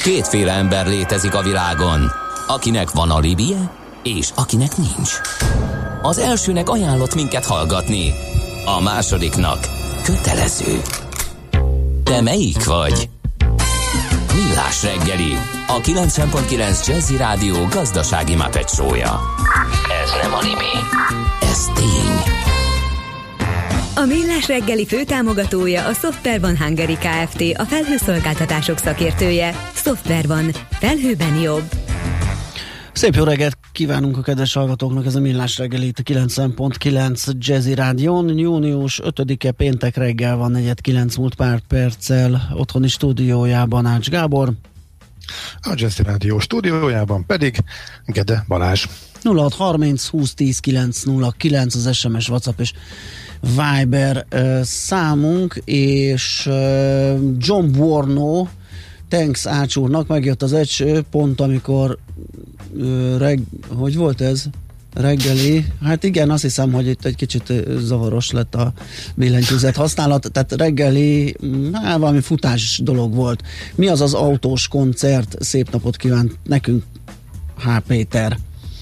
Kétféle ember létezik a világon, akinek van alibije, és akinek nincs. Az elsőnek ajánlott minket hallgatni, a másodiknak kötelező. Te melyik vagy? Millás reggeli, a 90.9 Jazzy Rádió gazdasági Muppet show-ja. Ez nem anime, ez tény. A Millás reggeli főtámogatója a Software One Hungary Kft., a felhőszolgáltatások szakértője. Software One. Felhőben jobb. Szép jó reggelt kívánunk a kedves hallgatóknak, ez a Millás reggeli itt a 90.9 Jazzy Rádión. Június 5-e péntek reggel van, 8:09 múlt pár perccel, otthoni stúdiójában Ács Gábor. A Jazzy Rádió stúdiójában pedig Gede Balázs. 0630 2010 909 az SMS, WhatsApp és Viber számunk, és John Borno, thanks Ács úrnak, megjött az egy pont, amikor hogy volt ez? Reggeli, hát igen, azt hiszem, hogy itt egy kicsit zavaros lett a billentyűzet használat, tehát reggeli, valami futás dolog volt. Mi az az autós koncert? Szép napot kívánt nekünk, H. Péter.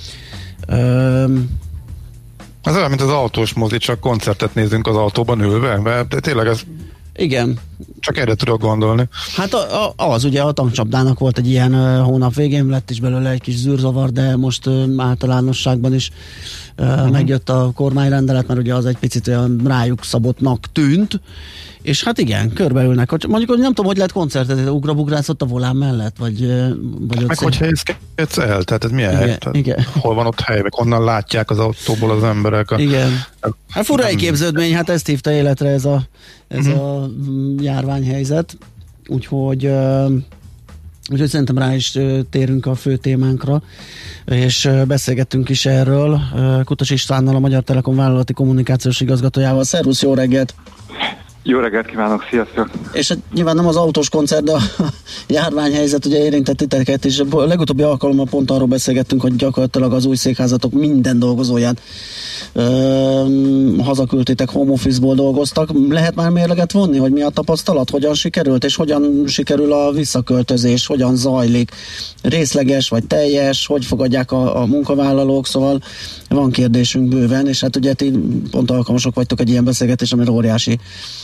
Az olyan, mint az autós mozi, csak koncertet nézünk az autóban ülve, mert tényleg ez... Igen. Csak erre tudok gondolni. Hát az ugye a tankcsapdának volt egy ilyen hónap végén, lett is belőle egy kis zűrzavar, de most általánosságban is megjött a kormányrendelet, mert ugye az egy picit olyan rájuk szabottnak tűnt, és hát igen, körbeülnek. Mondjuk, hogy nem tudom, hogy lehet koncertet, ugrabugrászott a volán mellett, vagy meg hogy helyezkedsz el, tehát ez milyen hely? Igen. Hol van ott hely, meg honnan látják az autóból az emberek? Igen. Hát fura egy képződmény, hát ezt hívta életre ez a járványhelyzet, úgyhogy szerintem rá is térünk a fő témánkra, és beszélgettünk is erről Kutas Istvánnal, a Magyar Telekom vállalati kommunikációs igazgatójával. Szervusz, jó reggelt! Jó reggelt kívánok, sziasztok! És nyilván nem az autós koncert, de a járványhelyzet ugye érintett titeket, és a legutóbbi alkalommal pont arról beszélgettünk, hogy gyakorlatilag az új székházatok minden dolgozóját hazaküldtétek, home office-ból dolgoztak. Lehet már mérleget vonni, hogy mi a tapasztalat, hogyan sikerült, és hogyan sikerül a visszaköltözés, hogyan zajlik? Részleges vagy teljes, hogy fogadják a munkavállalók, szóval van kérdésünk bőven, és hát ugye ti pont alkalmasok vagytok egy ilyen beszélgetés, amire óriási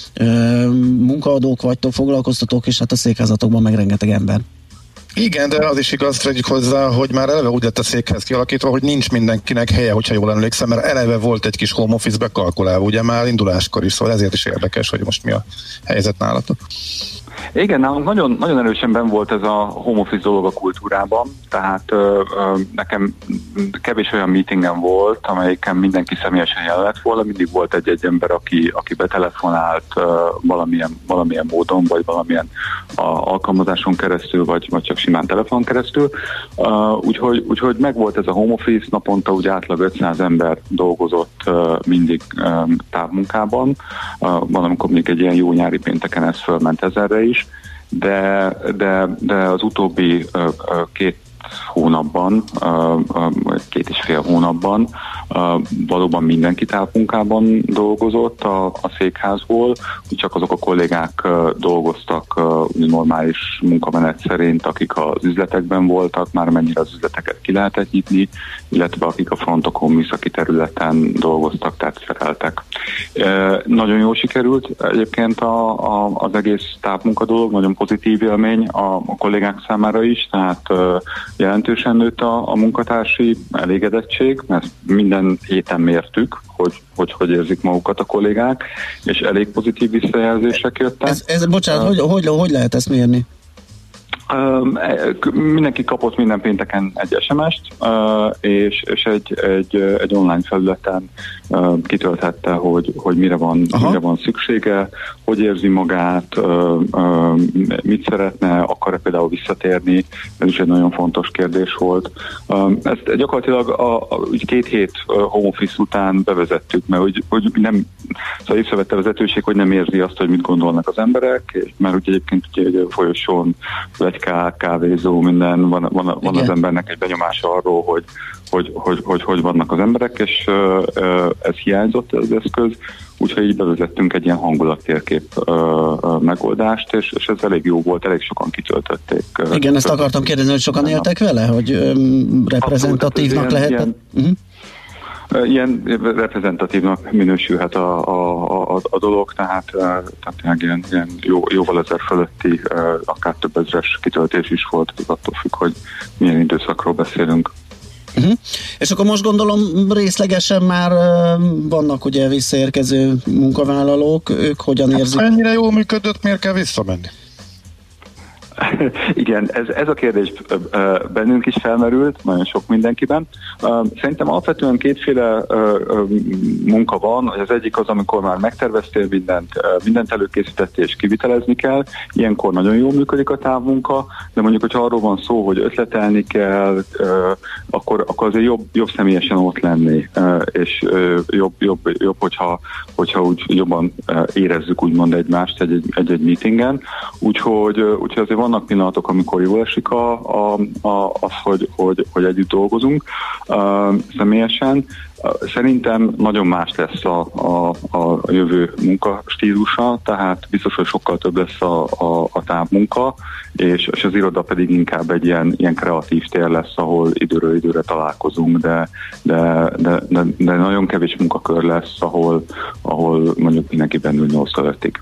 munkaadók vagytok, foglalkoztatók, és hát a székházatokban meg rengeteg ember. Igen, de az is igaz, tegyük hozzá, hogy már eleve úgy lett a székház kialakítva, hogy nincs mindenkinek helye, hogyha jól emlékszem, mert eleve volt egy kis home office bekalkulálva, ugye már induláskor is, szóval ezért is érdekes, hogy most mi a helyzet nálatok. Igen, nálunk nagyon, nagyon erősen benn volt ez a home office dolog a kultúrában, tehát nekem kevés olyan meetingen volt, amelyiken mindenki személyesen jelen lett volna, mindig volt egy ember, aki betelefonált valamilyen módon, vagy valamilyen alkalmazáson keresztül, vagy csak simán telefonon keresztül. Úgyhogy megvolt ez a home office, naponta úgy átlag 500 ember dolgozott mindig távmunkában. Van, amikor még egy ilyen jó nyári pénteken ez fölment 1000-re is, de az utóbbi 2 hónapban, 2,5 hónapban valóban mindenki távmunkában dolgozott a székházból, csak azok a kollégák dolgoztak normális munkamenet szerint, akik az üzletekben voltak, már mennyire az üzleteket ki lehetett nyitni, illetve akik a frontokon műszaki területen dolgoztak, tehát szereltek. Nagyon jól sikerült egyébként az egész távmunka dolog, nagyon pozitív élmény a kollégák számára is, tehát jelentősen nőtt a munkatársi elégedettség, mert minden héten mértük, hogy érzik magukat a kollégák, és elég pozitív visszajelzések jöttek. Bocsánat, hogy lehet ezt mérni? Mindenki kapott minden pénteken egy SMS-t, és egy online felületen kitölthette, hogy mire van szüksége, hogy érzi magát, mit szeretne, akar-e például visszatérni, ez is egy nagyon fontos kérdés volt. Ezt gyakorlatilag 2 hét home office után bevezettük, mert hogy nem, szóval észrevette a vezetőség, hogy nem érzi azt, hogy mit gondolnak az emberek, mert ugye egyébként ugye folyosón kávézó, minden, van az embernek egy benyomása arról, hogy vannak az emberek, és ez hiányzott az eszköz, úgyhogy így bevezettünk egy ilyen hangulattérkép megoldást, és ez elég jó volt, elég sokan kitöltötték. Igen, ezt akartam kérdezni, hogy sokan éltek vele, hogy reprezentatívnak lehetett? Ilyen reprezentatívnak minősülhet a dolog, tehát ilyen jóval ezer fölötti, akár több ezres kitöltés is volt, attól függ, hogy milyen időszakról beszélünk. És akkor most gondolom részlegesen már vannak ugye visszaérkező munkavállalók, ők hogyan érzik? Ennyire jól működött, miért kell visszamenni? Igen, ez a kérdés bennünk is felmerült, nagyon sok mindenkiben. Szerintem alapvetően kétféle munka van, hogy az egyik az, amikor már megterveztél mindent előkészítettél és kivitelezni kell, ilyenkor nagyon jól működik a távmunka, de mondjuk, hogyha arról van szó, hogy ötletelni kell, akkor azért jobb személyesen ott lenni, és jobb hogyha úgy jobban érezzük úgymond egymást egy meetingen, úgyhogy azért vannak pillanatok, amikor jól esik az, hogy együtt dolgozunk személyesen. Szerintem nagyon más lesz a jövő munkastílusa, tehát biztos, hogy sokkal több lesz a távmunka, és az iroda pedig inkább egy ilyen kreatív tér lesz, ahol időről időre találkozunk, de nagyon kevés munkakör lesz, ahol mondjuk mindenki bennül 8 előttig.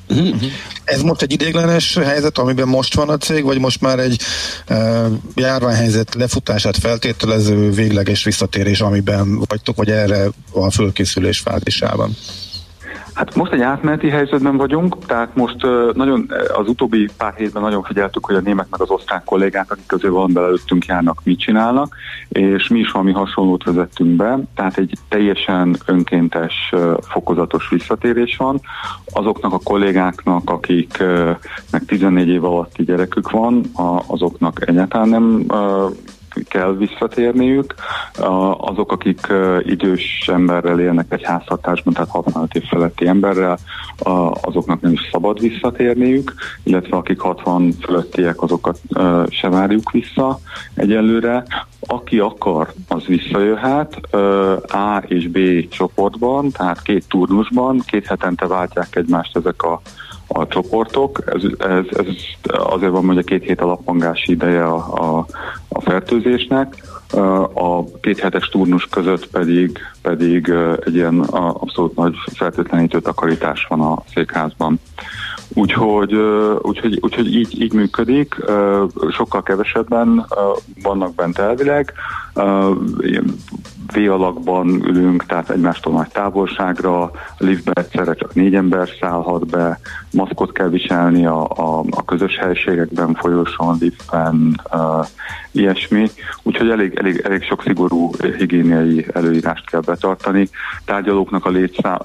Ez most egy ideiglenes helyzet, amiben most van a cég, vagy most már egy járványhelyzet lefutását feltételező végleges visszatérés, amiben vagytok, vagy erre a fölkészülés fázisában? Hát most egy átmeneti helyzetben vagyunk, tehát most nagyon az utóbbi pár hétben nagyon figyeltük, hogy a német meg az osztrák kollégák, akik közül van belőttünk járnak, mit csinálnak, és mi is valami hasonlót vezettünk be, tehát egy teljesen önkéntes, fokozatos visszatérés van. Azoknak a kollégáknak, akiknek 14 év alatti gyerekük van, azoknak egyáltalán nem kell visszatérniük. Azok, akik idős emberrel élnek egy háztartásban, tehát 65 év feletti emberrel, azoknak nem is szabad visszatérniük, illetve akik 60 fölöttiek, azokat se várjuk vissza egyelőre. Aki akar, az visszajöhet A és B csoportban, tehát 2 turnusban, 2 hetente váltják egymást ezek a csoportok. Ez azért van, hogy a 2 hét alaphangási ideje a fertőzésnek. A 2 hetes turnus között pedig egy ilyen abszolút nagy fertőtlenítő takarítás van a székházban. Úgyhogy így működik, sokkal kevesebben vannak bent elvileg, V-alakban ülünk, tehát egymástól nagy távolságra, a liftbe egyszerre csak 4 ember szállhat be, maszkot kell viselni a közös helységekben, folyosón, liftben, ilyesmi, úgyhogy elég sok szigorú higiéniai előírást kell betartani. Tárgyalóknak a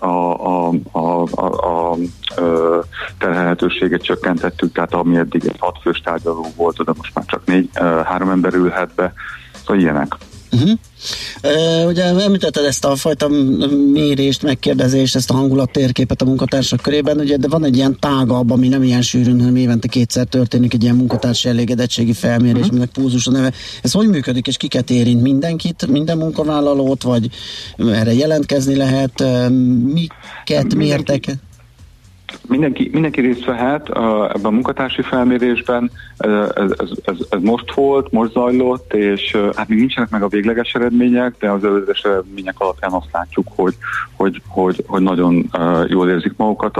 terhelhetőséget csökkentettük, tehát ami eddig egy 6 fős tárgyaló volt, de most már csak 3 ember ülhet be, szóval ilyenek. Ugye említetted ezt a fajta mérést, megkérdezést, ezt a hangulattérképet a munkatársak körében, ugye, de van egy ilyen tágabb, ami nem ilyen sűrűn, hanem évente 2-szer történik egy ilyen munkatársi elégedettségi felmérés, aminek pulzus a neve. Ez hogy működik, és kiket érint? Mindenkit, minden munkavállalót, vagy erre jelentkezni lehet? Miket mértek? Mindenki részt vehet ebben a munkatársi felmérésben, ez most volt, most zajlott, és hát még nincsenek meg a végleges eredmények, de az előzetes eredmények alapján azt látjuk, hogy nagyon jól érzik magukat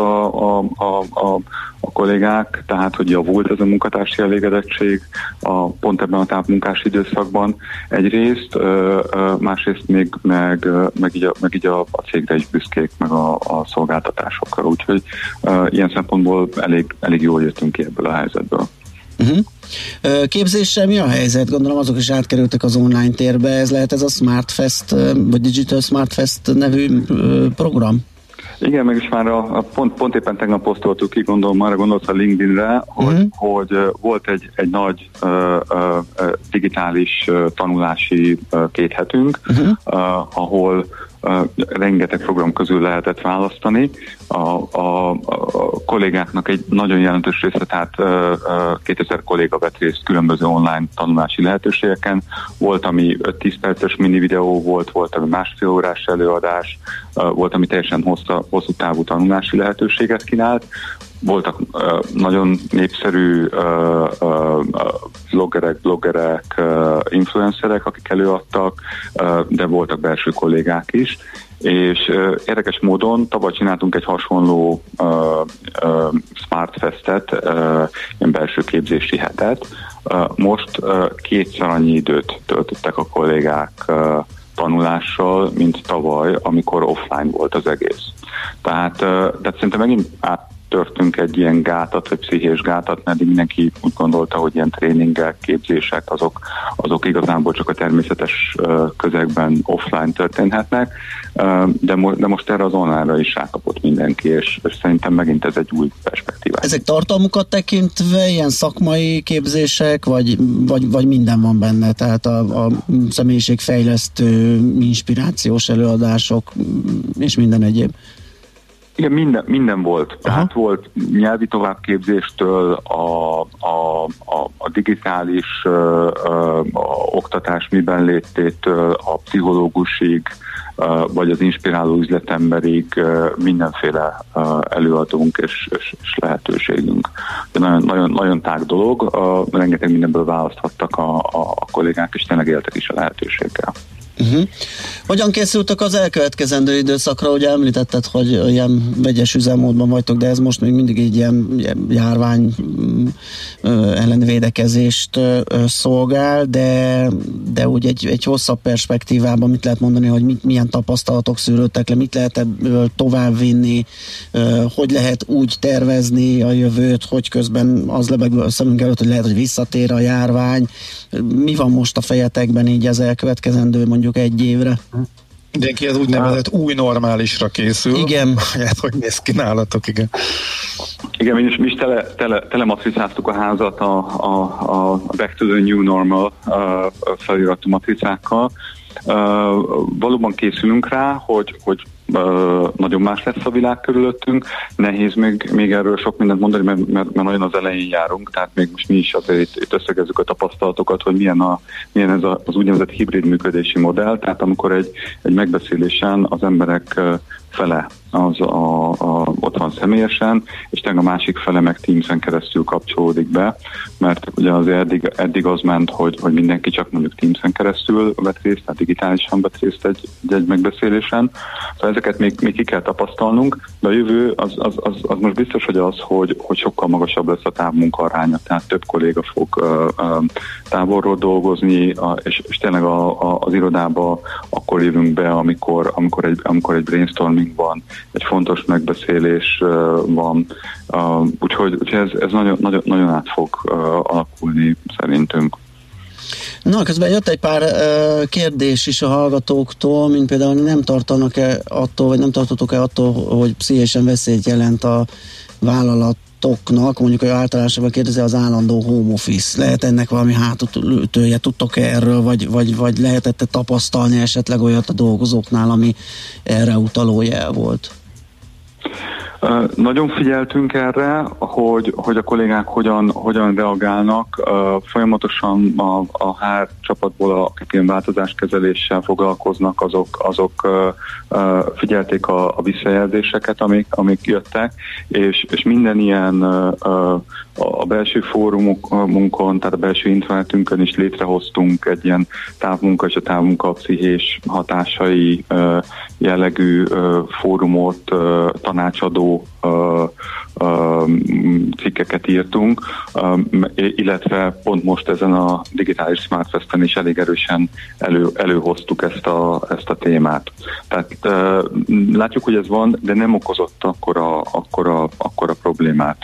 a kollégák, tehát hogy javult ez a munkatársi elégedettség pont ebben a távmunkás időszakban egyrészt, másrészt meg így a cégre is büszkék, meg a szolgáltatásokra, úgyhogy ilyen szempontból elég jól jöttünk ki ebből a helyzetből. Képzéssel mi a helyzet? Gondolom azok is átkerültek az online térbe, ez lehet ez a Smart Fest, vagy Digital Smart Fest nevű program? Igen, meg is már pont éppen tegnap posztoltuk ki, gondolom, arra gondolsz a LinkedIn-re, hogy volt egy nagy digitális tanulási 2 hetünk, ahol rengeteg program közül lehetett választani. A kollégáknak egy nagyon jelentős része, tehát 2000 kolléga vett részt különböző online tanulási lehetőségeken. Volt, ami 5-10 perces mini videó volt, ami másfél órás előadás, volt, ami teljesen hosszú távú tanulási lehetőséget kínált. Voltak nagyon népszerű bloggerek, influencerek, akik előadtak, de voltak belső kollégák is. És érdekes módon tavaly csináltunk egy hasonló Smart Festet, ilyen belső képzési hetet. Most kétszer annyi időt töltöttek a kollégák tanulással, mint tavaly, amikor offline volt az egész. Tehát szerintem megint áttörtünk egy ilyen gátat, vagy pszichés gátat, mert mindenki úgy gondolta, hogy ilyen tréningek, képzések, azok igazából csak a természetes közegben offline történhetnek, de most erre az online-ra is rákapott mindenki, és szerintem megint ez egy új perspektíva. Ezek tartalmukat tekintve ilyen szakmai képzések, vagy minden van benne, tehát a személyiségfejlesztő, inspirációs előadások és minden egyéb? Igen, minden volt. Tehát volt nyelvi továbbképzéstől a digitális oktatás miben lététől a pszichológusig, vagy az inspiráló üzletemberig mindenféle előadónk és lehetőségünk. De nagyon tág dolog, rengeteg mindenből választhattak a kollégák, és tényleg éltek is a lehetőséggel. Hogyan készültek az elkövetkezendő időszakra? Ugye említetted, hogy ilyen vegyes üzemmódban vagytok, de ez most még mindig egy ilyen járvány ellenvédekezést szolgál, de úgy egy hosszabb perspektívában mit lehet mondani, hogy milyen tapasztalatok szűrődtek le, mit lehet ebből továbbvinni, hogy lehet úgy tervezni a jövőt, hogy közben az lebeg a szemünk előtt, hogy lehet, hogy visszatér a járvány. Mi van most a fejetekben így az elkövetkezendő mondjuk egy évre? Mindenki az úgynevezett új normálisra készül. Igen. Hogy néz ki nálatok, igen. Igen, mi is telematricáztuk a házat a Back to the New Normal feliratú matricákkal. Valóban készülünk rá, hogy nagyon más lesz a világ körülöttünk. Nehéz még erről sok mindent mondani, mert nagyon az elején járunk, tehát még most mi is azért itt összegezzük a tapasztalatokat, hogy milyen ez az úgynevezett hibrid működési modell, tehát amikor egy megbeszélésen az emberek fele az ott van személyesen, és tényleg a másik fele meg Teams-en keresztül kapcsolódik be, mert ugye azért eddig az ment, hogy mindenki csak mondjuk Teams-en keresztül vett részt, tehát digitálisan vett részt egy megbeszélésen. Szóval ezeket még ki kell tapasztalnunk, de a jövő az most biztos, hogy az, hogy sokkal magasabb lesz a távmunka aránya, tehát több kolléga fog távolról dolgozni, és tényleg az irodába akkor jövünk be, amikor egy brainstorming van, egy fontos megbeszélés van, úgyhogy ez nagyon át fog alakulni szerintünk. Na, közben jött egy pár kérdés is a hallgatóktól, mint például nem tartanak-e attól, vagy nem tartotok-e attól, hogy pszichésen veszélyt jelent a vállalatoknak, mondjuk, hogy általánosabban kérdezi az állandó home office. Lehet ennek valami hátulütője, tudtok-e erről, vagy lehetett tapasztalni esetleg olyat a dolgozóknál, ami erre utaló jel volt? Nagyon figyeltünk erre, hogy a kollégák hogyan reagálnak. Folyamatosan a HR csapatból, akik ilyen változáskezeléssel foglalkoznak, azok figyelték a visszajelzéseket, amik jöttek, és minden ilyen a belső fórumunkon, tehát a belső internetünkön is létrehoztunk egy ilyen távmunka és a távmunka pszichés hatásai jellegű fórumot, tanácsadó cikkeket írtunk, illetve pont most ezen a digitális Smart Festen is elég erősen előhoztuk ezt a témát. Tehát látjuk, hogy ez van, de nem okozott akkora problémát,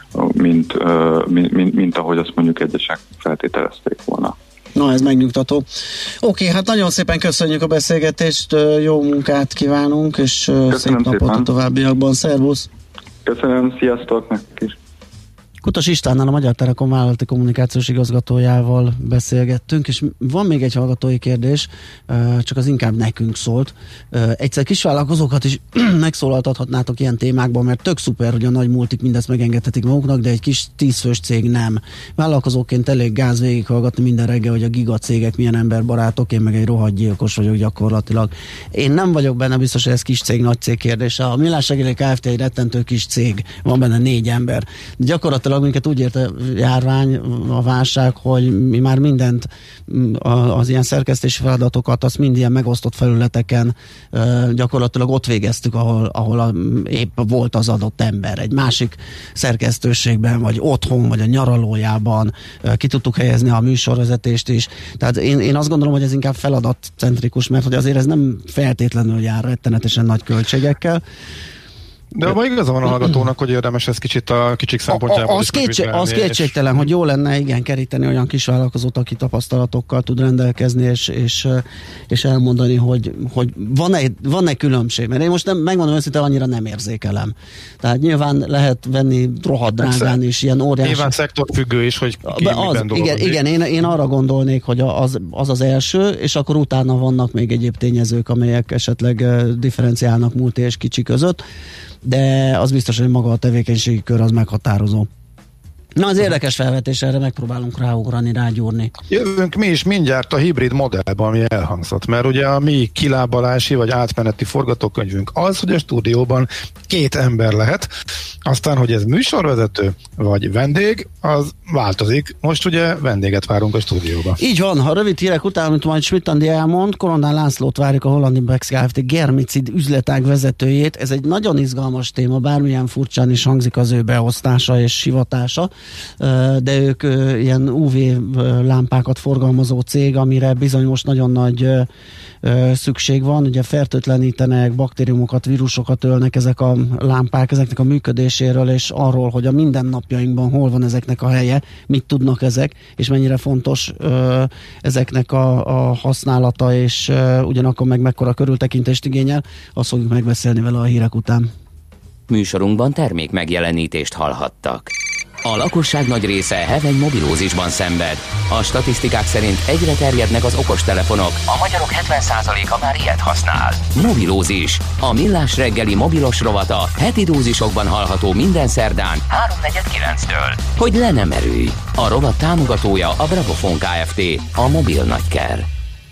mint ahogy azt mondjuk egyesek feltételezték volna. Na, ez megnyugtató. Oké, hát nagyon szépen köszönjük a beszélgetést, jó munkát kívánunk, és szép napot a továbbiakban. Szervusz! Köszönöm, sziasztok nektek is! Kutas Istvánnal, a Magyar Telekom vállalati kommunikációs igazgatójával beszélgettünk, és van még egy hallgatói kérdés, csak az inkább nekünk szólt. Egyszer kisvállalkozókat is megszólaltathatnátok ilyen témákban, mert tök szuper, hogy a nagy multik mindezt megengedhetik maguknak, de egy kis 10 fős cég nem. Vállalkozóként elég gáz végighallgatni minden reggel, hogy a gigacégek milyen emberbarátok, én meg egy rohadtgyilkos vagyok gyakorlatilag. Én nem vagyok benne biztos, hogy ez kis cég, nagy cég kérdése. A Millás reggeli Kft. Egy rettentő kis cég, van benne 4 ember. De gyakorlatilag minket úgy érte járvány, a válság, hogy mi már mindent, az ilyen szerkesztési feladatokat, azt mind ilyen megosztott felületeken gyakorlatilag ott végeztük, ahol épp volt az adott ember. Egy másik szerkesztőségben, vagy otthon, vagy a nyaralójában ki tudtuk helyezni a műsorvezetést is. Tehát én azt gondolom, hogy ez inkább feladatcentrikus, mert hogy azért ez nem feltétlenül jár rettenetesen nagy költségekkel. De abban igaza van a hallgatónak, hogy érdemes ez kicsit a kicsik szempontjából az kétségtelen, hogy jó lenne igen keríteni olyan kisvállalkozót, aki tapasztalatokkal tud rendelkezni, és elmondani, hogy van-e különbség. Mert én most nem, megmondom őszintén, annyira nem érzékelem. Tehát nyilván lehet venni rohadt drágán is ilyen óriási... Nyilván szektorfüggő is, hogy ki miben dolgozik. Igen, én arra gondolnék, hogy az első, és akkor utána vannak még egyéb tényezők, amelyek esetleg differenciálnak multi és kicsi között, de az biztos, hogy maga a tevékenységi kör az meghatározó. Na, az érdekes felvetés, erre megpróbálunk ráugrani, rágyúrni. Jövünk mi is mindjárt a hibrid modellbe, ami elhangzott, mert ugye a mi kilábalási vagy átmeneti forgatókönyvünk az, hogy a stúdióban 2 ember lehet, aztán, hogy ez műsorvezető vagy vendég, az változik. Most ugye vendéget várunk a stúdióba. Így van, ha rövid hírek után, amit majd Schmidt-Andi elmond, Korondán Lászlót várjuk, a Holland Impex Kft. Germicid üzletág vezetőjét. Ez egy nagyon izgalmas téma, bármilyen furcsán is hangzik az ő beosztása és sivatása, de ők ilyen UV lámpákat forgalmazó cég, amire bizony most nagyon nagy szükség van. Ugye fertőtlenítenek, baktériumokat, vírusokat ölnek ezek a lámpák, ezeknek a működéséről, és arról, hogy a mindennapjainkban hol van ezeknek a helye, mit tudnak ezek, és mennyire fontos ezeknek a használata, és ugyanakkor meg mekkora körültekintést igényel, azt fogjuk megbeszélni vele a hírek után. Műsorunkban termék megjelenítést hallhattak. A lakosság nagy része heveny mobilózisban szenved. A statisztikák szerint egyre terjednek az okostelefonok, a magyarok 70%-a már ilyet használ. Mobilózis, a Millás reggeli mobilos rovata heti dózisokban hallható minden szerdán 3:49-től. Hogy le nem erőj. A rovat támogatója a Bravofon Kft. A mobil nagyker.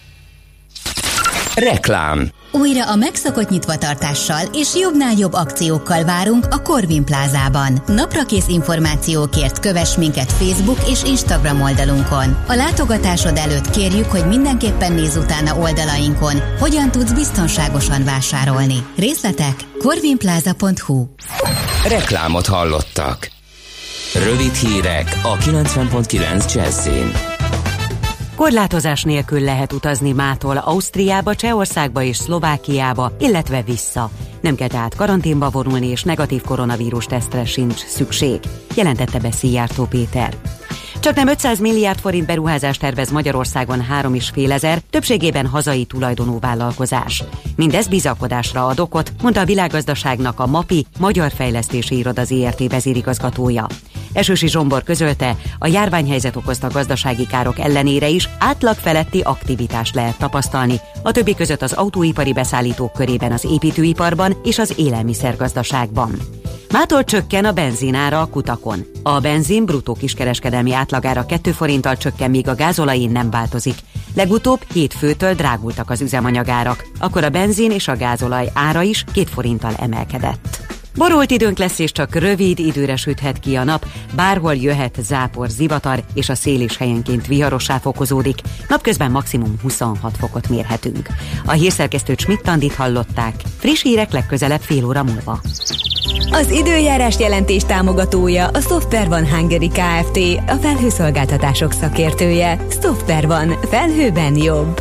Reklám. Újra a megszokott nyitvatartással és jobbnál jobb akciókkal várunk a Corvin Plázában. Naprakész információkért kövess minket Facebook és Instagram oldalunkon. A látogatásod előtt kérjük, hogy mindenképpen nézz utána oldalainkon, hogyan tudsz biztonságosan vásárolni. Részletek corvinplaza.hu. Reklámot hallottak. Rövid hírek a 90.9 Jazzin. Korlátozás nélkül lehet utazni mától Ausztriába, Csehországba és Szlovákiába, illetve vissza. Nem kell tehát karanténba vonulni, és negatív koronavírus tesztre sincs szükség, jelentette be Szijjártó Péter. Csaknem 500 milliárd forint beruházást tervez Magyarországon 3500, többségében hazai tulajdonú vállalkozás. Mindez bizakodásra ad okot, mondta a Világgazdaságnak a MAPI Magyar Fejlesztési Iroda ZRT vezérigazgatója. Esősi Zsombor közölte, a járványhelyzet okozta gazdasági károk ellenére is átlag feletti aktivitást lehet tapasztalni, a többi között az autóipari beszállítók körében, az építőiparban és az élelmiszergazdaságban. Mától csökken a benzinára a kutakon. A benzin bruttó kiskereskedelmi átlagára 2 forinttal csökken, míg a gázolajin nem változik. Legutóbb hétfőtől drágultak az üzemanyagárak, akkor a benzin és a gázolaj ára is 2 forinttal emelkedett. Borult időnk lesz, és csak rövid időre süthet ki a nap, bárhol jöhet zápor, zivatar, és a szél is helyenként viharossá fokozódik. Napközben maximum 26 fokot mérhetünk. A hírszerkesztő Schmidt-Andit hallották. Friss hírek legközelebb fél óra múlva. Az időjárás jelentés támogatója a Software One Hungary Kft. A felhőszolgáltatások szakértője. Software One. Felhőben jobb.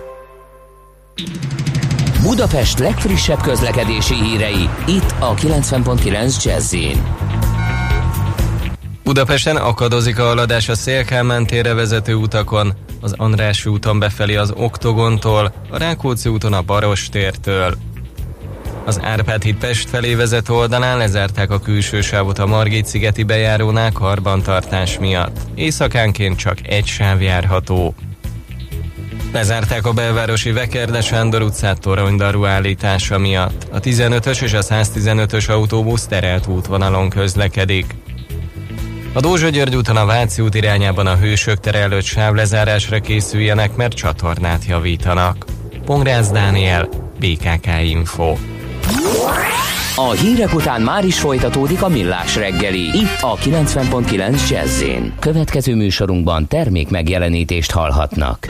Budapest legfrissebb közlekedési hírei, itt a 90.9 Jazz-in. Budapesten akadozik a haladás a Széll-Kálmán térre vezető utakon, az Andrássy úton befelé az Oktogontól, a Rákóczi úton a Baross tértől. Az Árpád híd Pest felé vezető oldalán lezárták a külső sávot a Margit-szigeti bejárónál karbantartás miatt. Éjszakánként csak egy sáv járható. Lezárták a belvárosi Vekerde Sándor utcát toronydaru állítása miatt. A 15-ös és a 115-ös autóbusz terelt útvonalon közlekedik. A Dózsa-György úton a Váci út irányában a Hősök tere előtt sávlezárásra készüljenek, mert csatornát javítanak. Pongrácz Dániel, BKK Info. A hírek után már is folytatódik a Millás reggeli, itt a 90.9 Jazz-én. Következő műsorunkban termék megjelenítést hallhatnak.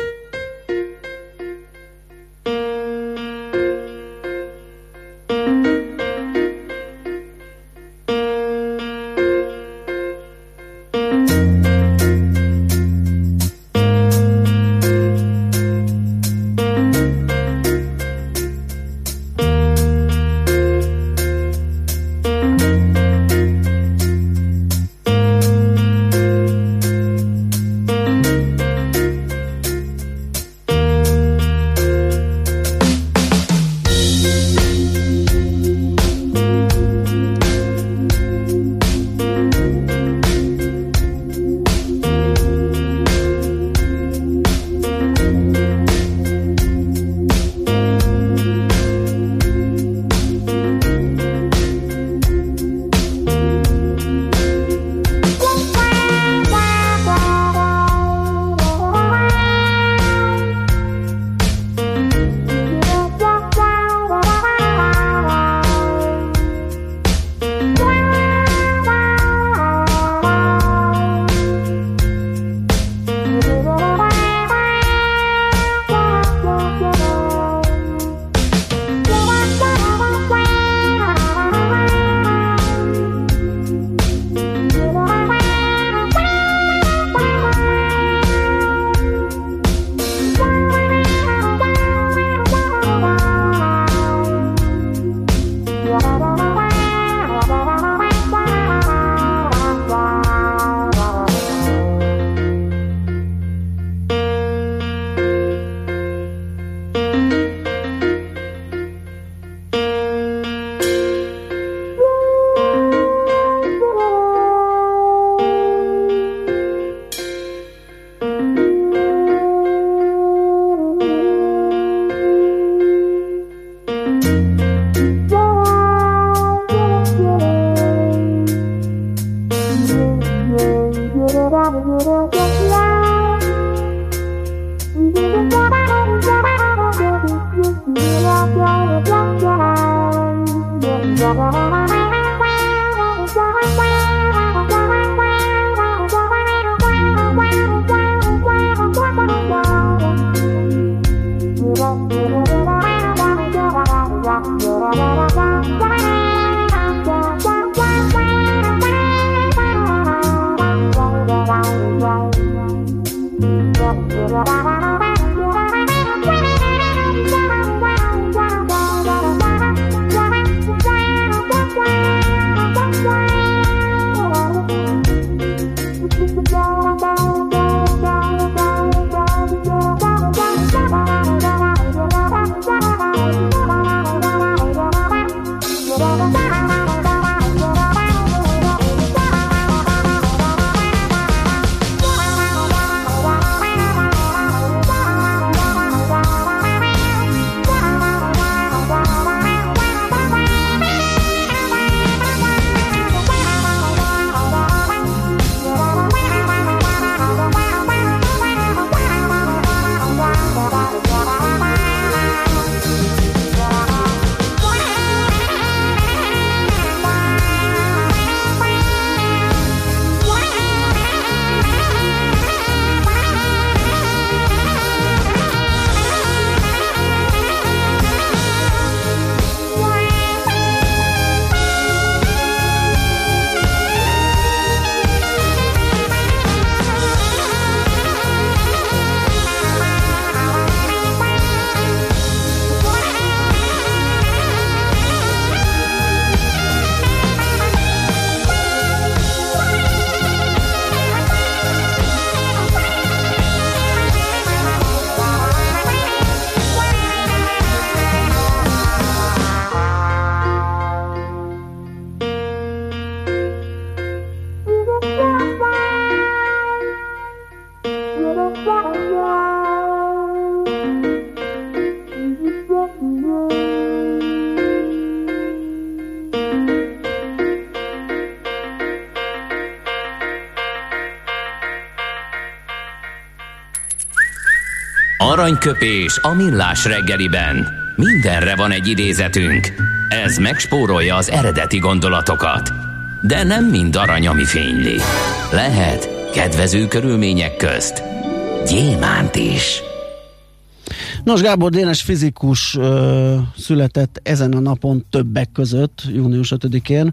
Aranyköpés a millás reggeliben. Mindenre van egy idézetünk. Ez megspórolja az eredeti gondolatokat. De nem mind arany, ami fényli. Lehet kedvező körülmények közt gyémánt is. Nos, Gábor Dénes fizikus született ezen a napon többek között, június 5-én,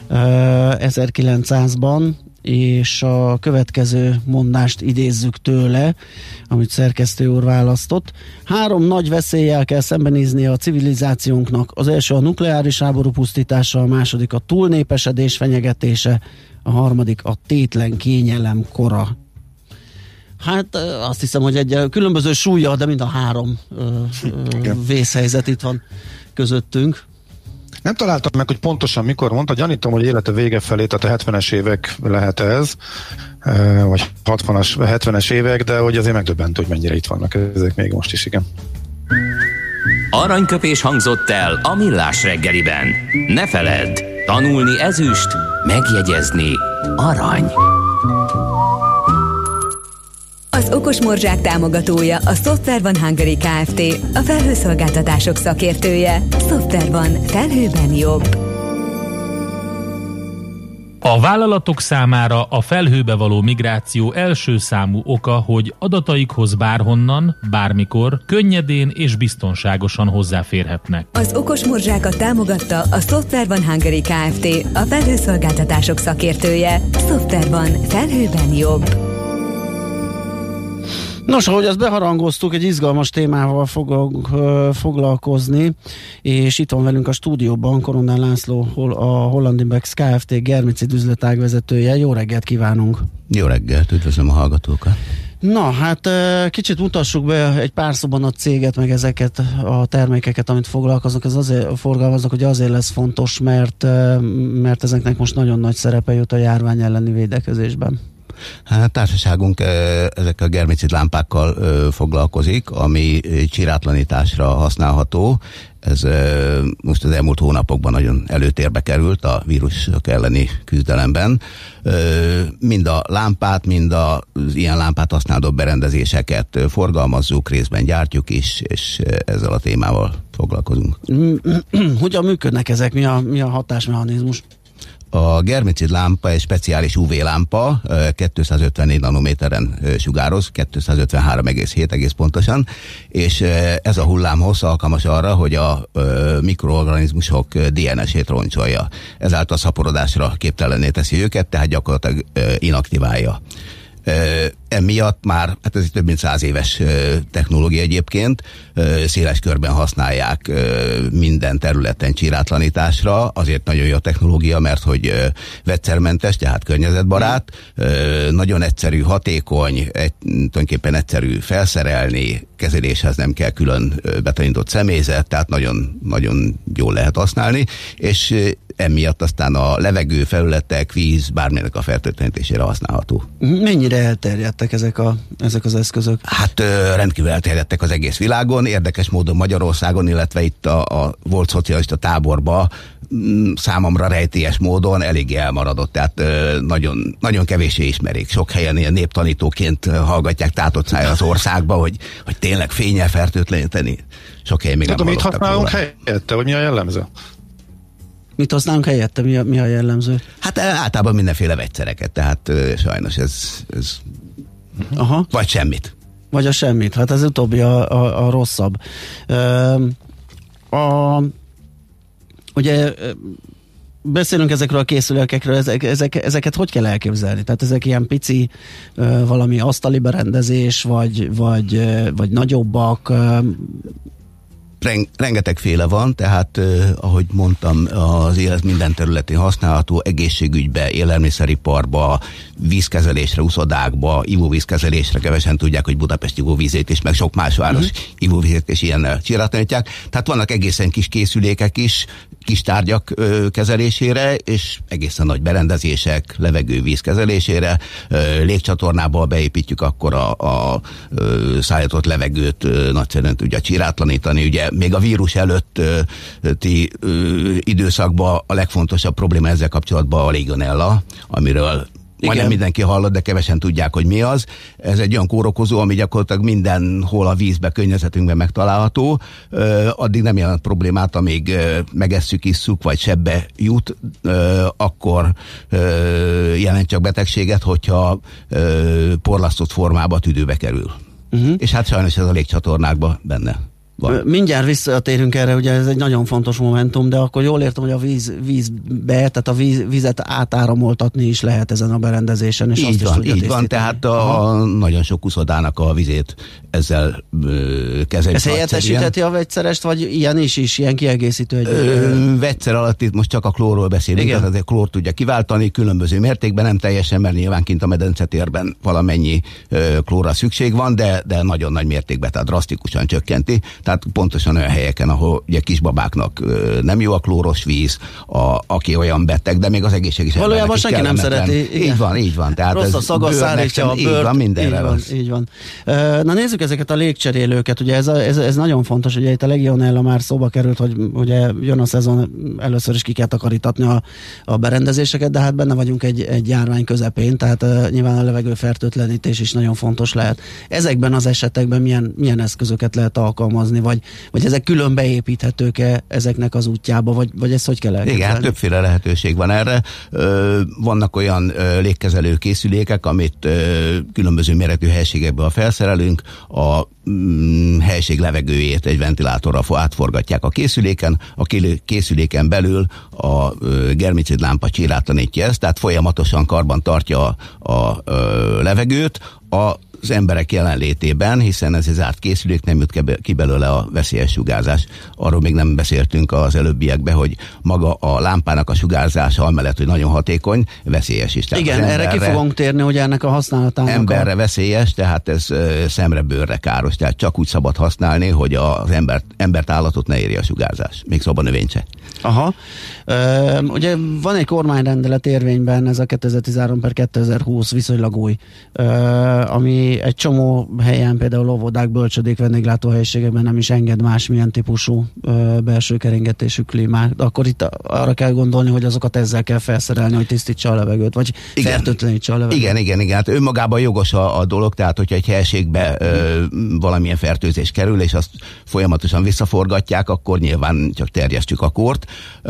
1900-ban, és a következő mondást idézzük tőle, amit szerkesztő úr választott. 3 nagy veszéllyel kell szembenéznie a civilizációnknak. Az első a nukleáris háború pusztítása, a második a túlnépesedés fenyegetése, a harmadik a tétlen kényelem kora. Hát azt hiszem, hogy egy különböző súlya, de mind a 3 vészhelyzet itt van közöttünk. Nem találtam meg, hogy pontosan mikor mondta, gyanítom, hogy élete vége felé, tehát a 70-es évek lehet ez, vagy 60-as, 70-es évek, de hogy azért megdöbbentő, hogy mennyire itt vannak ezek még most is, igen. Aranyköpés hangzott el a millás reggeliben. Ne feledd, tanulni ezüst, megjegyezni arany. Az Okos Morzsák támogatója a Software One Hungary Kft., a felhőszolgáltatások szakértője. Software One. Felhőben jobb. A vállalatok számára a felhőbe való migráció első számú oka, hogy adataikhoz bárhonnan, bármikor, könnyedén és biztonságosan hozzáférhetnek. Az Okos Morzsákat támogatta a Software One Hungary Kft., a felhőszolgáltatások szakértője. Software One. Felhőben jobb. Nos, ahogy azt beharangoztuk, egy izgalmas témával fogunk foglalkozni, és itt van velünk a stúdióban Koronán László, a Holland Index Kft. Germicid üzletág vezetője. Jó reggelt kívánunk! Jó reggelt, üdvözlöm a hallgatókat! Na, hát kicsit mutassuk be egy pár szóban a céget, meg ezeket a termékeket, amit foglalkoznak, ez azért forgalmaznak, hogy azért lesz fontos, mert ezeknek most nagyon nagy szerepe jut a járvány elleni védekezésben. Hát társaságunk ezekkel a germicid lámpákkal foglalkozik, ami csirátlanításra használható. Ez most az elmúlt hónapokban nagyon előtérbe került a vírusok elleni küzdelemben. Mind a lámpát, mind az ilyen lámpát használó berendezéseket forgalmazzuk, részben gyártjuk is, és ezzel a témával foglalkozunk. Hogyan működnek ezek? Mi a hatásmechanizmus? A germicid lámpa egy speciális UV-lámpa, 254 nanométeren sugároz, 253,7 egész pontosan, és ez a hullámhossz alkalmas arra, hogy a mikroorganizmusok DNS-ét roncsolja. Ezáltal szaporodásra képtelenné teszi őket, tehát gyakorlatilag inaktiválja. Emiatt már, hát ez több mint 100 éves technológia egyébként, széles körben használják minden területen csirátlanításra, azért nagyon jó a technológia, mert hogy vegyszermentes, tehát környezetbarát, nagyon egyszerű, hatékony, tulajdonképpen egyszerű felszerelni, kezeléshez nem kell külön betanított személyzet, tehát nagyon, nagyon jól lehet használni, és emiatt aztán a levegő, felületek, víz, bármilyenek a fertőtlenítésére használható. Mennyire elterjedtek ezek az eszközök? Hát rendkívül elterjedtek az egész világon, érdekes módon Magyarországon, illetve itt a volt szocialista táborban számomra rejtélyes módon eléggé elmaradott, tehát nagyon, nagyon kevéssé ismerik. Sok helyen ilyen néptanítóként hallgatják tátott szájra az országba, hogy tényleg fénnyel fertőtleníteni. Sok helyen még nem hallottak. Mit használunk helyette, vagy mi a jellemző? Mit használunk helyette? Mi a jellemző? Hát általában mindenféle vegyszereket, tehát sajnos ez aha. Vagy semmit. Vagy a semmit, hát ez utóbbi a rosszabb. Ugye beszélünk ezekről a készülékekről, ezeket hogy kell elképzelni? Tehát ezek ilyen pici valami asztali berendezés, vagy nagyobbak? Rengetegféle van, tehát ahogy mondtam, az élet minden területén használható, egészségügybe, élelmiszeriparba, vízkezelésre, uszodákba, ivóvízkezelésre, kevesen tudják, hogy Budapest ivóvízét is, meg sok más város ivóvízét is ilyen csirátlanítják. Tehát vannak egészen kis készülékek is, kis tárgyak kezelésére, és egészen nagy berendezések, levegő-víz kezelésére. Légcsatornába beépítjük akkor a szállított levegőt, nagyszerűen tudja csirátlanítani. Ugye még a vírus előtti időszakban a legfontosabb probléma ezzel kapcsolatban a Legionella, amiről majdnem mindenki hallott, de kevesen tudják, hogy mi az. Ez egy olyan kórokozó, ami gyakorlatilag mindenhol a vízbe, környezetünkben megtalálható. Addig nem jelent problémát, amíg megesszük, isszuk, vagy sebbe jut, akkor jelent csak betegséget, hogyha porlasztott formába tüdőbe kerül. És hát sajnos ez a légcsatornákban benne van. Mindjárt visszatérünk erre, ugye ez egy nagyon fontos momentum, de akkor jól értem, hogy a vízbe, tehát a vizet átáramoltatni is lehet ezen a berendezésen. És Így van, tehát nagyon sok uszodának a vizét ezzel kezeljük. Ez helyettesítheti a vegyszerest, vagy ilyen is ilyen kiegészítő? Vegyszer alatt itt most csak a klórról beszélünk, tehát a klór tudja kiváltani különböző mértékben, nem teljesen, mert nyilván kint a medencetérben valamennyi klórra szükség van, de nagyon nagy mértékben, tehát drasztikusan csökkenti. Tehát pontosan olyan helyeken, ahol ugye kisbabáknak nem jó a klóros víz, aki olyan beteg, de még az egészséges embernek valójában senki nem szereti. Így van. Tehát rossz a szaga, szárítja a bőrt. Így van, mindenre rossz. Így van. Na nézzük ezeket a légcserélőket. Ugye ez nagyon fontos, ugye itt a Legionella már szóba került, hogy ugye jön a szezon, először is ki kell takarítatni a berendezéseket, de hát benne vagyunk egy járvány közepén, tehát nyilván a levegőfertőtlenítés is nagyon fontos lehet. Ezekben az esetekben milyen eszközöket lehet alkalmazni, vagy ezek külön beépíthetők-e ezeknek az útjába, vagy ezt hogy kell elképzelni? Igen, hát többféle lehetőség van erre. Vannak olyan légkezelő készülékek, amit különböző méretű helységekből felszerelünk, a helység levegőjét egy ventilátorral átforgatják a készüléken, a készüléken belül a germicid lámpa csirátlanítja ezt, tehát folyamatosan karban tartja a levegőt, az emberek jelenlétében, hiszen ez egy zárt készülék, nem jut ki belőle a veszélyes sugárzás. Arról még nem beszéltünk az előbbiekben, hogy maga a lámpának a sugárzása amellett, hogy nagyon hatékony, veszélyes is. Tehát igen, erre ki fogunk térni, hogy ennek a használatának emberre veszélyes, tehát ez szemre, bőrre káros, tehát csak úgy szabad használni, hogy az embert, állatot ne érje a sugárzás, még szóban növényt se. Aha. Ugye van egy kormányrendelet érvényben, ez a 2013/2020 viszonylag új, ami egy csomó helyen, például óvodák, bölcsödék, vendéglátóhelyiségekben nem is enged másmilyen típusú belső keringetésű klímát. De akkor itt arra kell gondolni, hogy azokat ezzel kell felszerelni, hogy tisztítsa a levegőt, vagy fertőtlenítse a levegőt. Igen, hát önmagában jogos a dolog, tehát hogyha egy helységbe valamilyen fertőzés kerül, és azt folyamatosan visszaforgatják, akkor nyilván csak terjesztjük a kort.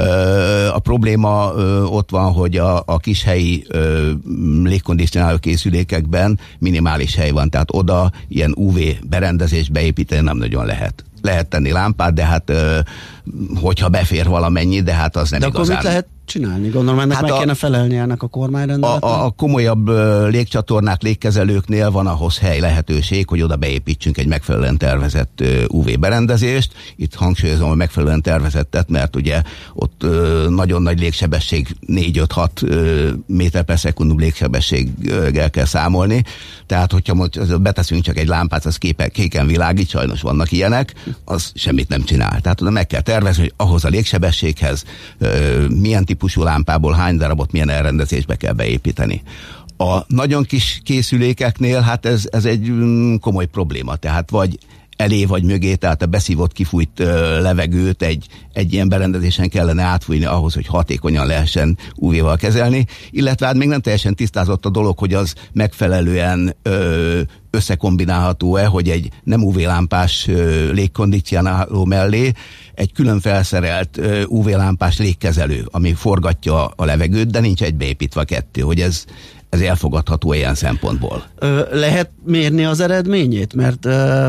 A probléma ott van, hogy a kis helyi légkondicionáló készülékekben minimális hely van, tehát oda ilyen UV berendezést beépíteni nem nagyon lehet. Lehet tenni lámpát, de hát hogyha befér valamennyi, de hát az nem igazán. De akkor mit lehet csinálni? Gondolom ennek meg kéne felelni ennek a kormányrendeletnek. A komolyabb légcsatornák, légkezelőknél van ahhoz hely, lehetőség, hogy oda beépítsünk egy megfelelően tervezett UV berendezést. Itt hangsúlyozom, hogy megfelelően tervezettet, mert ugye ott nagyon nagy légsebesség, 4-5-6 méter per szekundum légsebességgel kell számolni. Tehát, hogyha most beteszünk csak egy lámpát, az kéken világít, sajnos vannak ilyenek, az semmit nem csinál. Tehát oda meg kell tervezni, hogy ahhoz a légsebességhez milyen típusú lámpából hány darabot milyen elrendezésbe kell beépíteni. A nagyon kis készülékeknél hát ez egy komoly probléma, tehát vagy elé vagy mögé, tehát a beszívott, kifújt levegőt egy ilyen berendezésen kellene átfújni ahhoz, hogy hatékonyan lehessen UV-val kezelni, illetve hát még nem teljesen tisztázott a dolog, hogy az megfelelően összekombinálható-e, hogy egy nem UV-lámpás légkondicionáló mellé egy külön felszerelt UV-lámpás légkezelő, ami forgatja a levegőt, de nincs egybeépítve kettő, hogy ez elfogadható ilyen szempontból. Lehet mérni az eredményét? Mert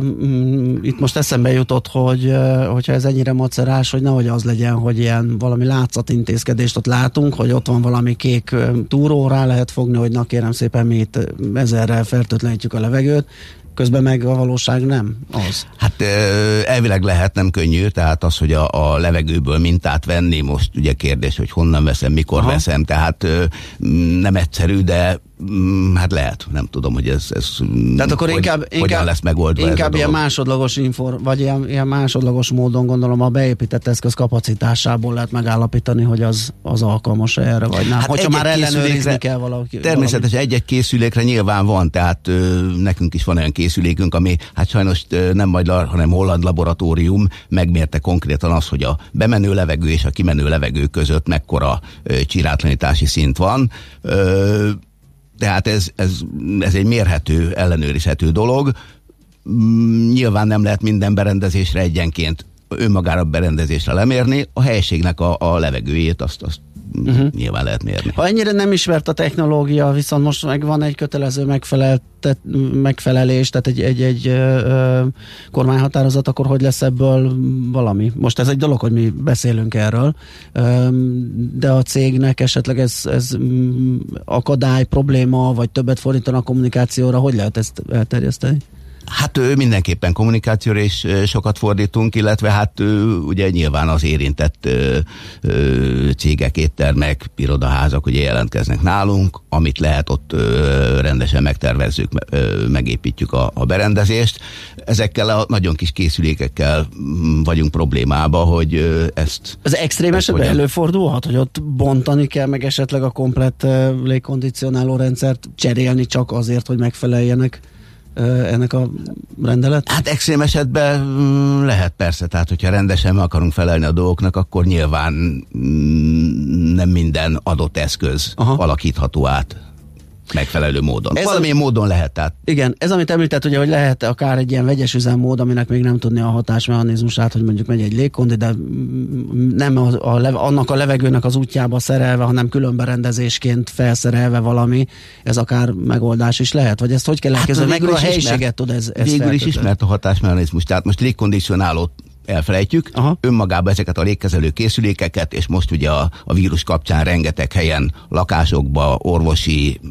itt most eszembe jutott, hogyha ez ennyire macerás, hogy nehogy az legyen, hogy ilyen valami látszatintézkedést ott látunk, hogy ott van valami kék túró, rá lehet fogni, hogy na kérem szépen mi itt ezerrel fertőtlenítjük a levegőt, közben meg a valóság nem az. Hát elvileg lehet, nem könnyű, tehát az, hogy a levegőből mintát venni, most ugye kérdés, hogy honnan veszem, mikor veszem, tehát nem egyszerű, de Hát lehet, nem tudom, hogy ez tehát akkor hogyan lesz megoldva. Inkább ilyen másodlagos vagy ilyen másodlagos módon gondolom a beépített eszköz kapacitásából lehet megállapítani, hogy az alkalmas erre, vagy nem. Hát hogyha már ellenőrizni kell valaki. Természetesen egy-egy készülékre nyilván van, tehát nekünk is van olyan készülékünk, ami hát sajnos nem magyar, hanem holland laboratórium megmérte konkrétan azt, hogy a bemenő levegő és a kimenő levegő között mekkora csirátlanítási szint van. Tehát ez egy mérhető, ellenőrizhető dolog. Nyilván nem lehet minden berendezésre egyenként önmagára berendezésre lemérni, a helységnek a levegőjét azt nyilván lehet mérni. Ha ennyire nem ismert a technológia, viszont most meg van egy kötelező megfelelés, tehát egy kormányhatározat, akkor hogy lesz ebből valami? Most ez egy dolog, hogy mi beszélünk erről, de a cégnek esetleg ez akadály, probléma, vagy többet fordítanak a kommunikációra, hogy lehet ezt elterjeszteni? Hát mindenképpen kommunikációra is sokat fordítunk, illetve hát ugye nyilván az érintett cégek, éttermek, irodaházak ugye jelentkeznek nálunk, amit lehet ott rendesen megtervezzük, megépítjük a berendezést. Ezekkel a nagyon kis készülékekkel vagyunk problémába, hogy ezt... Az extrém esetben előfordulhat, hogy ott bontani kell, meg esetleg a komplett légkondicionáló rendszert cserélni csak azért, hogy megfeleljenek ennek a rendelet? Hát extrém esetben lehet persze, tehát hogyha rendesen meg akarunk felelni a dolgoknak, akkor nyilván nem minden adott eszköz alakítható át megfelelő módon. Valamilyen módon lehet, tehát. Igen, ez amit említett, ugye, hogy lehet akár egy ilyen vegyes üzemmód, aminek még nem tudni a hatásmechanizmusát, hogy mondjuk megy egy légkondi, de nem annak a levegőnek az útjába szerelve, hanem külön berendezésként felszerelve valami, ez akár megoldás is lehet, vagy ezt hogy kell elképzelni? Meg a helyiséget tud ez végül is ismert a hatásmechanizmus, tehát most légkondicionálót elfelejtjük, önmagában ezeket a légkezelő készülékeket, és most ugye a vírus kapcsán rengeteg helyen, lakásokba, orvosi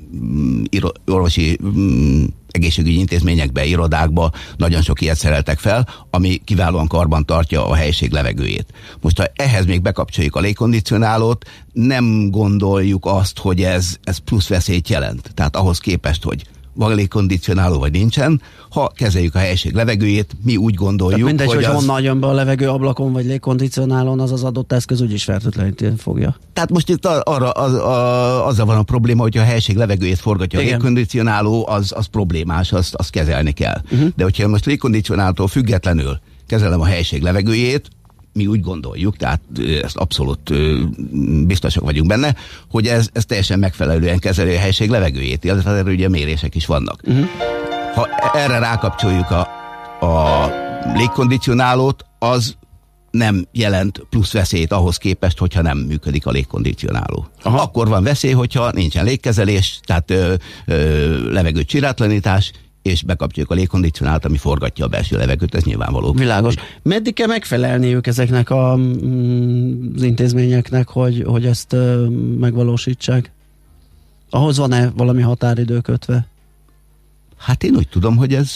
egészségügyi intézményekbe, irodákba nagyon sok ilyet szereltek fel, ami kiválóan karban tartja a helység levegőjét. Most ha ehhez még bekapcsoljuk a légkondicionálót, nem gondoljuk azt, hogy ez plusz veszélyt jelent. Tehát ahhoz képest, hogy van légkondicionáló vagy nincsen, ha kezeljük a helység levegőjét, mi úgy gondoljuk, tehát mindegy, hogy honnan jön be a levegő ablakon vagy légkondicionálón, az adott eszköz úgyis fertőtleníteni fogja. Tehát most itt azzal van a probléma, hogy a helység levegőjét forgatja a légkondicionáló, az problémás, azt kezelni kell. De hogyha most légkondicionáltól függetlenül kezelem a helység levegőjét, mi úgy gondoljuk, tehát ezt abszolút biztosak vagyunk benne, hogy ez teljesen megfelelően kezeli a helység levegőjét, illetve erről ugye mérések is vannak. Ha erre rákapcsoljuk a légkondicionálót, az nem jelent plusz veszélyt ahhoz képest, hogyha nem működik a légkondicionáló. Akkor van veszély, hogyha nincsen légkezelés, tehát levegő csirátlanítás, és bekapcsoljuk a légkondicionált, ami forgatja a belső levegőt, ez nyilvánvaló. Világos. Meddig kell megfelelniük ezeknek az intézményeknek, hogy ezt megvalósítsák? Ahhoz van-e valami határidő kötve? Hát én úgy tudom, hogy ez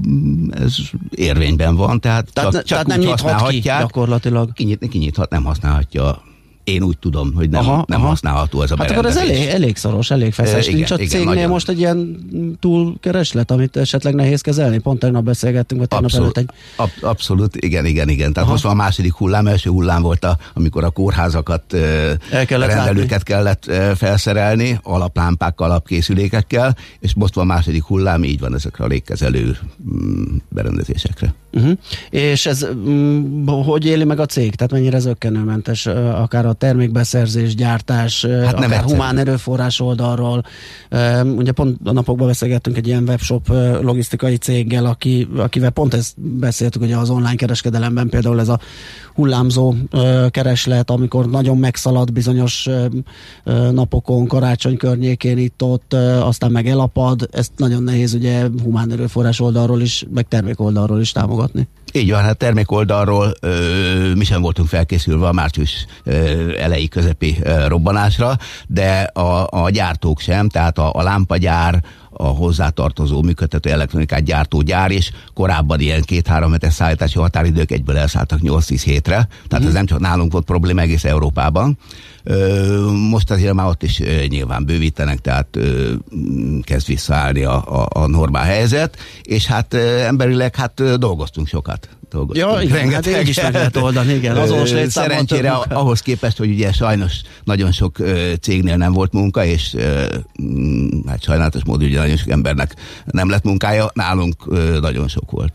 érvényben van, tehát csak nem úgy nyithat használhatják. Ki, gyakorlatilag. Kinyithat, nem használhatja. Én úgy tudom, hogy nem használható ez a berendezés. Hát akkor ez elég szoros, elég feszes. Nincs a cégnél nagyon. Most egy ilyen túlkereslet, amit esetleg nehéz kezelni? Pont tegnap beszélgettünk, vagy tegnap előtt egy... Abszolút, igen. Tehát most van a második hullám, első hullám volt, amikor a kórházakat, rendelőket kellett felszerelni, alaplámpákkal, alapkészülékekkel, és most van a második hullám, így van ezekre a légkezelő berendezésekre. És ez hogy éli meg a cég? Tehát mennyire zökkenőmentes, akár a termékbeszerzés, gyártás, akár humán erőforrás oldalról. Ugye pont a napokban beszélgettünk egy ilyen webshop logisztikai céggel, akivel pont ezt beszéltük, hogy az online kereskedelemben például ez a hullámzó kereslet, amikor nagyon megszalad bizonyos napokon, karácsony környékén itt-ott, aztán meg elapad, ezt nagyon nehéz ugye humán erőforrás oldalról is, meg termék oldalról is támogatni. Így van, hát termék oldalról mi sem voltunk felkészülve a március elejé közepi robbanásra, de a gyártók sem, tehát a lámpagyár, a hozzátartozó működtető elektronikát gyártó gyár, és korábban ilyen 2-3 hetes szállítási határidők egyből elszálltak 8-10 hétre, tehát ez nem csak nálunk volt probléma, egész Európában. Most azért már ott is nyilván bővítenek, tehát kezd visszaállni a normál helyzet, és hát emberileg dolgoztunk sokat. Ja, igen, hát így is meg lehet oldani, igen. Azonos létszámban szerencsére ahhoz képest, hogy ugye sajnos nagyon sok cégnél nem volt munka, és hát sajnálatos módon ugye nagyon sok embernek nem lett munkája, nálunk nagyon sok volt.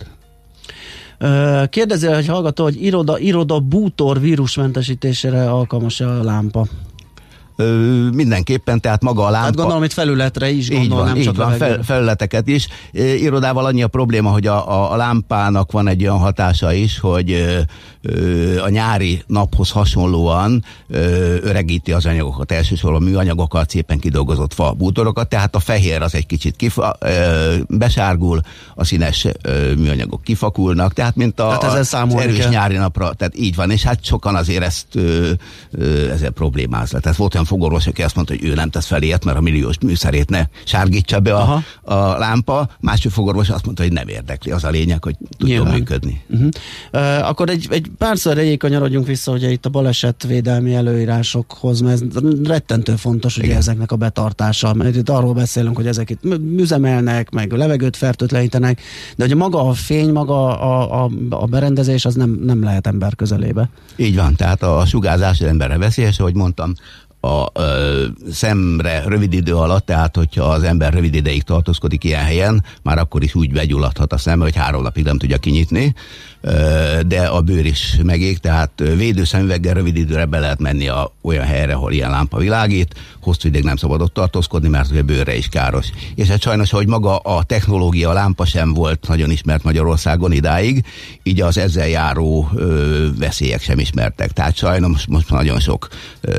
Kérdezi, hogy hallgató, hogy iroda bútor vírusmentesítésére alkalmas a lámpa. Mindenképpen, tehát maga a lámpa. Hát gondolom, itt felületre is gondol, nem csak van, felületeket is. Irodával annyi a probléma, hogy a lámpának van egy olyan hatása is, hogy a nyári naphoz hasonlóan öregíti az anyagokat, elsősorban műanyagokat, szépen kidolgozott fa bútorokat, tehát a fehér az egy kicsit besárgul, a színes műanyagok kifakulnak, tehát mint az erős nyári napra, tehát így van, és hát sokan azért ezzel problémáznak. Tehát volt olyan fogorvos, aki azt mondta, hogy ő nem tesz fel ilyet, mert a milliós műszerét ne sárgítsa be a lámpa, másik fogorvos azt mondta, hogy nem érdekli, az a lényeg, hogy tudjon működni. Akkor egy párszor egyik kanyarodjunk vissza, ugye itt a balesetvédelmi előírásokhoz, mert ez rettentő fontos, ugye ezeknek a betartása, mert itt arról beszélünk, hogy ezek itt üzemelnek, meg levegőt fertőtlenítenek, de ugye maga a fény, maga a berendezés, az nem lehet ember közelébe. Így van, tehát a sugárzás emberre veszélyes, ahogy mondtam, a szemre rövid idő alatt, tehát hogyha az ember rövid ideig tartózkodik ilyen helyen, már akkor is úgy begyulladhat a szeme, hogy 3 napig nem tudja kinyitni, de a bőr is megég, tehát védőszemüveggel rövid időre be lehet menni olyan helyre, ahol ilyen lámpa világít, hosszú ideig nem szabad ott tartózkodni, mert a bőrre is káros. És hát sajnos, hogy maga a technológia, a lámpa sem volt nagyon ismert Magyarországon idáig, így az ezzel járó veszélyek sem ismertek. Tehát sajnos most nagyon sok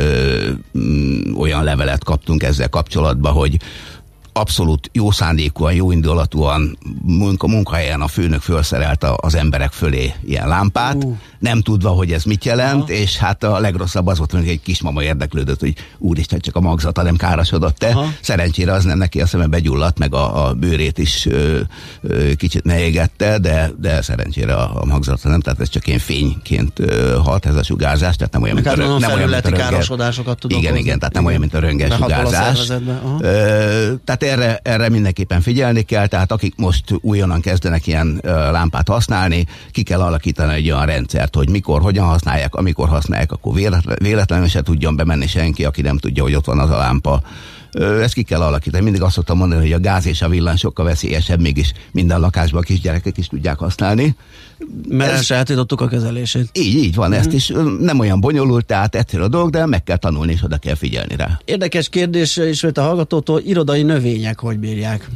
olyan levelet kaptunk ezzel kapcsolatban, hogy abszolút jó szándékúan, jó indulatúan munkahelyen a főnök felszerelte az emberek fölé ilyen lámpát, nem tudva, hogy ez mit jelent, és hát a legrosszabb az volt, hogy egy kismama érdeklődött, hogy úristen, csak a magzata nem károsodott-e. Szerencsére az nem neki a szeme begyulladt, meg a bőrét is kicsit neégette, de szerencsére a magzata nem, tehát ez csak ilyen fényként halt ez a sugárzás, tehát nem olyan, mint a felületi károsodásokat tud okozni. Igen, tehát nem olyan, mint a röntgen sugárzás. Tehát erre mindenképpen figyelni kell, tehát akik most újonnan kezdenek ilyen lámpát használni, ki kell alakítani egy olyan rendszert, hogy mikor, hogyan használják, amikor használják, akkor véletlenül se tudjon bemenni senki, aki nem tudja, hogy ott van az a lámpa. Ezt ki kell alakítani. Mindig azt szoktam mondani, hogy a gáz és a villany sokkal veszélyesebb, mégis minden lakásban a kisgyerekek is tudják használni. Mert elsajátítottuk a kezelését. Így van, ezt is nem olyan bonyolult, tehát egyszerű a dolog, de meg kell tanulni, és oda kell figyelni rá. Érdekes kérdés ismét a hallgatótól, irodai növények hogy bírják?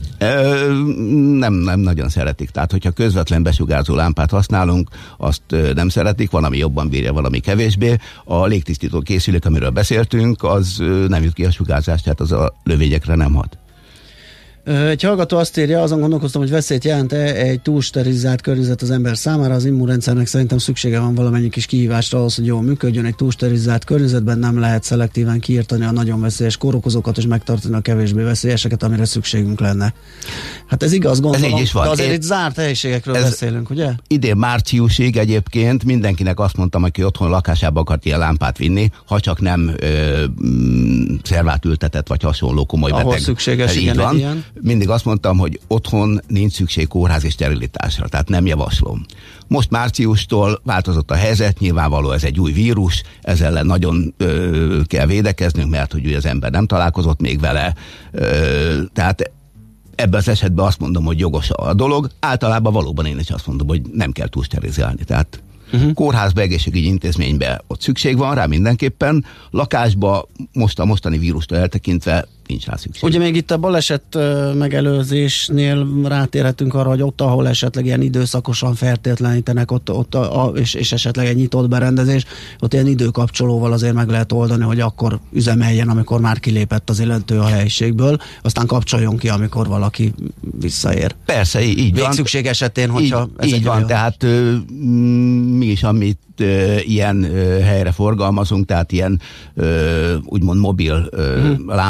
Nem nagyon szeretik. Tehát, hogyha közvetlen besugárzó lámpát használunk, azt nem szeretik, van, ami jobban bírja, valami kevésbé. A légtisztító készülék, amiről beszéltünk, az nem jut ki a sugárzást, tehát az a növényekre nem hat. Egy hallgató azt írja, azon gondolkoztam, hogy veszélyt jelent-e egy túlsterilizált környezet az ember számára. Az immunrendszernek szerintem szüksége van valamennyi kis kihívásra ahhoz, hogy jól működjön. Egy túlsterilizált környezetben nem lehet szelektíven kiírtani a nagyon veszélyes kórokozókat és megtartani a kevésbé veszélyeseket, amire szükségünk lenne. Hát ez igaz, gondolom, ez így is van. De azért itt zárt helyiségekről beszélünk, ugye? Idén márciusig egyébként mindenkinek azt mondtam, aki otthon lakásába akart ilyen lámpát vinni, ha csak nem szervátültetett vagy hasonló komoly beteg. Ahol szükséges, igen, van. Ilyen. Mindig azt mondtam, hogy otthon nincs szükség kórházi sterilitásra, tehát nem javaslom. Most márciustól változott a helyzet, nyilvánvaló ez egy új vírus, ezzel ellen nagyon kell védekeznünk, mert hogy az ember nem találkozott még vele, tehát ebben az esetben azt mondom, hogy jogos a dolog, általában valóban én is azt mondom, hogy nem kell túlsterilizálni, tehát kórházba, egészségügyi intézménybe ott szükség van rá mindenképpen, lakásba a mostani vírustól eltekintve nincs rá szükség. Ugye még itt a baleset megelőzésnél rátérhetünk arra, hogy ott, ahol esetleg ilyen időszakosan fertőtlenítenek, és esetleg egy nyitott berendezés, ott ilyen időkapcsolóval azért meg lehet oldani, hogy akkor üzemeljen, amikor már kilépett az illető a helyiségből, aztán kapcsoljon ki, amikor valaki visszaér. Persze, így van. Szükség esetén, hogyha így van, tehát mi is, amit ilyen helyre forgalmazunk, tehát ilyen úgymond mobil lámpa,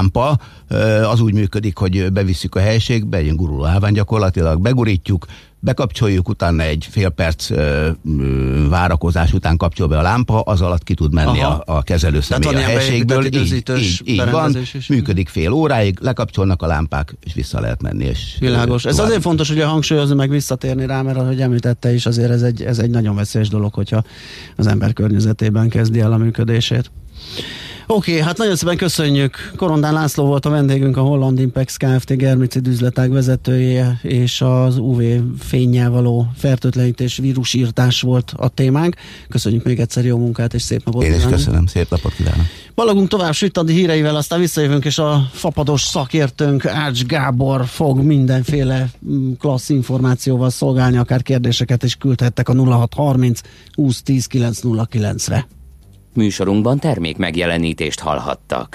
az úgy működik, hogy bevisszük a helyiségbe, egy guruló állvány gyakorlatilag, begurítjuk, bekapcsoljuk, utána egy fél perc várakozás után kapcsol be a lámpa, az alatt ki tud menni a kezelőszemély a helységből. Így van, működik fél óráig, lekapcsolnak a lámpák, és vissza lehet menni. És világos. Ez azért fontos, hogy hangsúlyozni, meg visszatérni rá, mert ahogy említette is, azért ez egy nagyon veszélyes dolog, hogyha az ember környezetében kezdi el a működését. Oké, hát nagyon szépen köszönjük. Korondán László volt a vendégünk, a Holland Impex Kft. Germicid üzletág vezetője, és az UV fénnyel való fertőtlenítés, vírusírtás volt a témánk. Köszönjük még egyszer, jó munkát és szép napot. Én is köszönöm, szép napot kívánok. Balagunk tovább Süttandi híreivel, aztán visszajövünk, és a fapados szakértőnk Ács Gábor fog mindenféle klassz információval szolgálni, akár kérdéseket is küldhettek a 0630 20 10 909-re. Műsorunkban termék megjelenítést hallhattak.